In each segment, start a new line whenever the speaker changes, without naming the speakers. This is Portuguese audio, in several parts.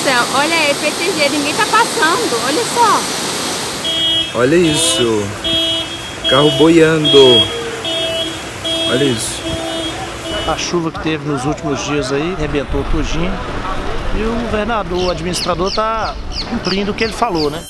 céu, olha aí, PTG, ninguém tá passando, olha só.
Olha isso, carro boiando, olha isso.
A chuva que teve nos últimos dias aí, arrebentou tudinho. E o governador, o administrador, tá cumprindo o que ele falou, né?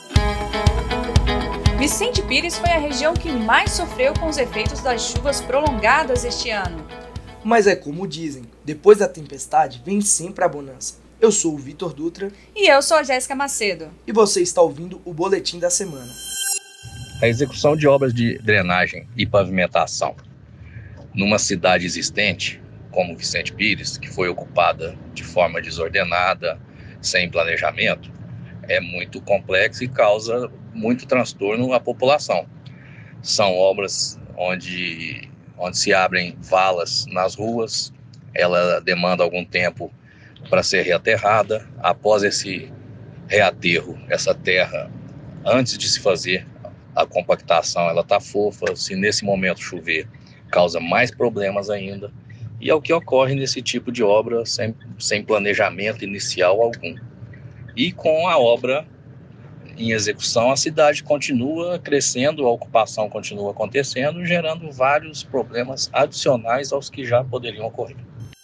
Vicente Pires foi a região que mais sofreu com os efeitos das chuvas prolongadas este ano.
Mas é como dizem, depois da tempestade vem sempre a bonança. Eu sou o Vitor Dutra.
E eu sou a Jéssica Macedo.
E você está ouvindo o Boletim da Semana.
A execução de obras de drenagem e pavimentação numa cidade existente, como Vicente Pires, que foi ocupada de forma desordenada, sem planejamento, é muito complexo e causa muito transtorno à população. São obras onde se abrem valas nas ruas, ela demanda algum tempo para ser reaterrada. Após esse reaterro, essa terra, antes de se fazer a compactação, ela está fofa. Se nesse momento chover, causa mais problemas ainda. E é o que ocorre nesse tipo de obra sem planejamento inicial algum. E com a obra em execução, a cidade continua crescendo, a ocupação continua acontecendo, gerando vários problemas adicionais aos que já poderiam ocorrer.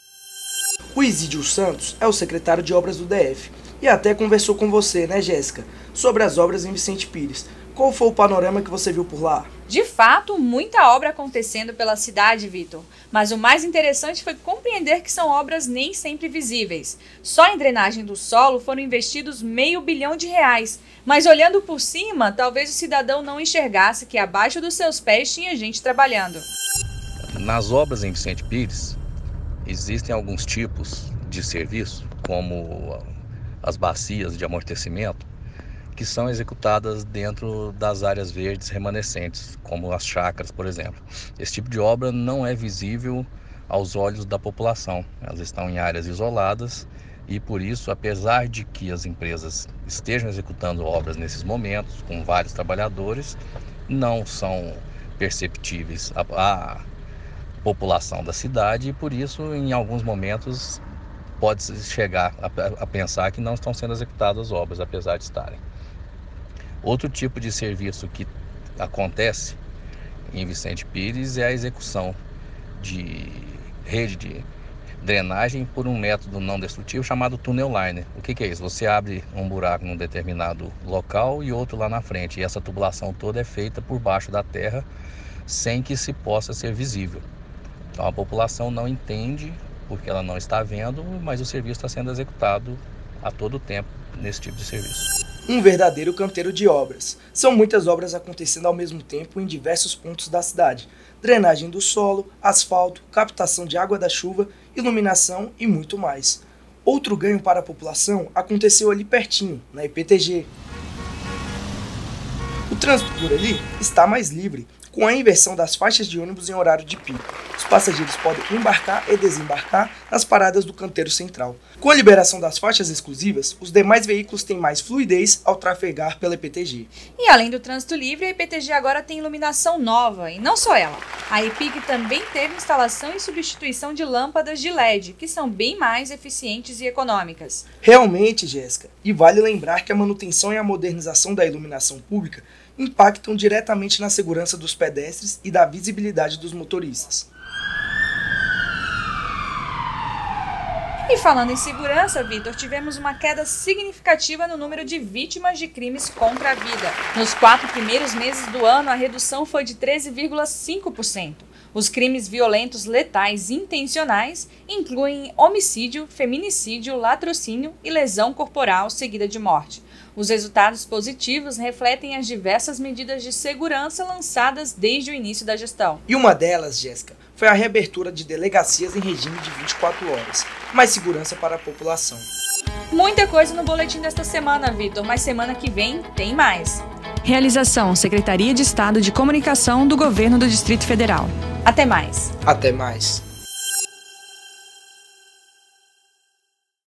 O Isídio Santos é o secretário de obras do DF e até conversou com você, né, Jéssica, sobre as obras em Vicente Pires. Qual foi o panorama que você viu por lá?
De fato, muita obra acontecendo pela cidade, Vitor. Mas o mais interessante foi compreender que são obras nem sempre visíveis. Só em drenagem do solo foram investidos R$500 milhão. Mas olhando por cima, talvez o cidadão não enxergasse que abaixo dos seus pés tinha gente trabalhando.
Nas obras em Vicente Pires, existem alguns tipos de serviço, como as bacias de amortecimento, que são executadas dentro das áreas verdes remanescentes, como as chácaras, por exemplo. Esse tipo de obra não é visível aos olhos da população. Elas estão em áreas isoladas e, por isso, apesar de que as empresas estejam executando obras nesses momentos, com vários trabalhadores, não são perceptíveis à população da cidade e, por isso, em alguns momentos, pode-se chegar a pensar que não estão sendo executadas obras, apesar de estarem. Outro tipo de serviço que acontece em Vicente Pires é a execução de rede de drenagem por um método não destrutivo chamado túnel liner. O que é isso? Você abre um buraco num determinado local e outro lá na frente. E essa tubulação toda é feita por baixo da terra sem que se possa ser visível. Então a população não entende porque ela não está vendo, mas o serviço está sendo executado a todo tempo nesse tipo de serviço.
Um verdadeiro canteiro de obras. São muitas obras acontecendo ao mesmo tempo em diversos pontos da cidade. Drenagem do solo, asfalto, captação de água da chuva, iluminação e muito mais. Outro ganho para a população aconteceu ali pertinho, na IPTG. O trânsito por ali está mais livre, com a inversão das faixas de ônibus em horário de pico. Os passageiros podem embarcar e desembarcar nas paradas do canteiro central. Com a liberação das faixas exclusivas, os demais veículos têm mais fluidez ao trafegar pela IPTG.
E além do trânsito livre, a IPTG agora tem iluminação nova, e não só ela. A EPIC também teve instalação e substituição de lâmpadas de LED, que são bem mais eficientes e econômicas.
Realmente, Jéssica, e vale lembrar que a manutenção e a modernização da iluminação pública impactam diretamente na segurança dos pedestres e da visibilidade dos motoristas.
E falando em segurança, Vitor, tivemos uma queda significativa no número de vítimas de crimes contra a vida. Nos 4 primeiros meses do ano, a redução foi de 13,5%. Os crimes violentos letais intencionais incluem homicídio, feminicídio, latrocínio e lesão corporal seguida de morte. Os resultados positivos refletem as diversas medidas de segurança lançadas desde o início da gestão.
E uma delas, Jéssica, foi a reabertura de delegacias em regime de 24 horas, mais segurança para a população.
Muita coisa no boletim desta semana, Vitor, mas semana que vem tem mais.
Realização: Secretaria de Estado de Comunicação do Governo do Distrito Federal.
Até mais.
Até mais.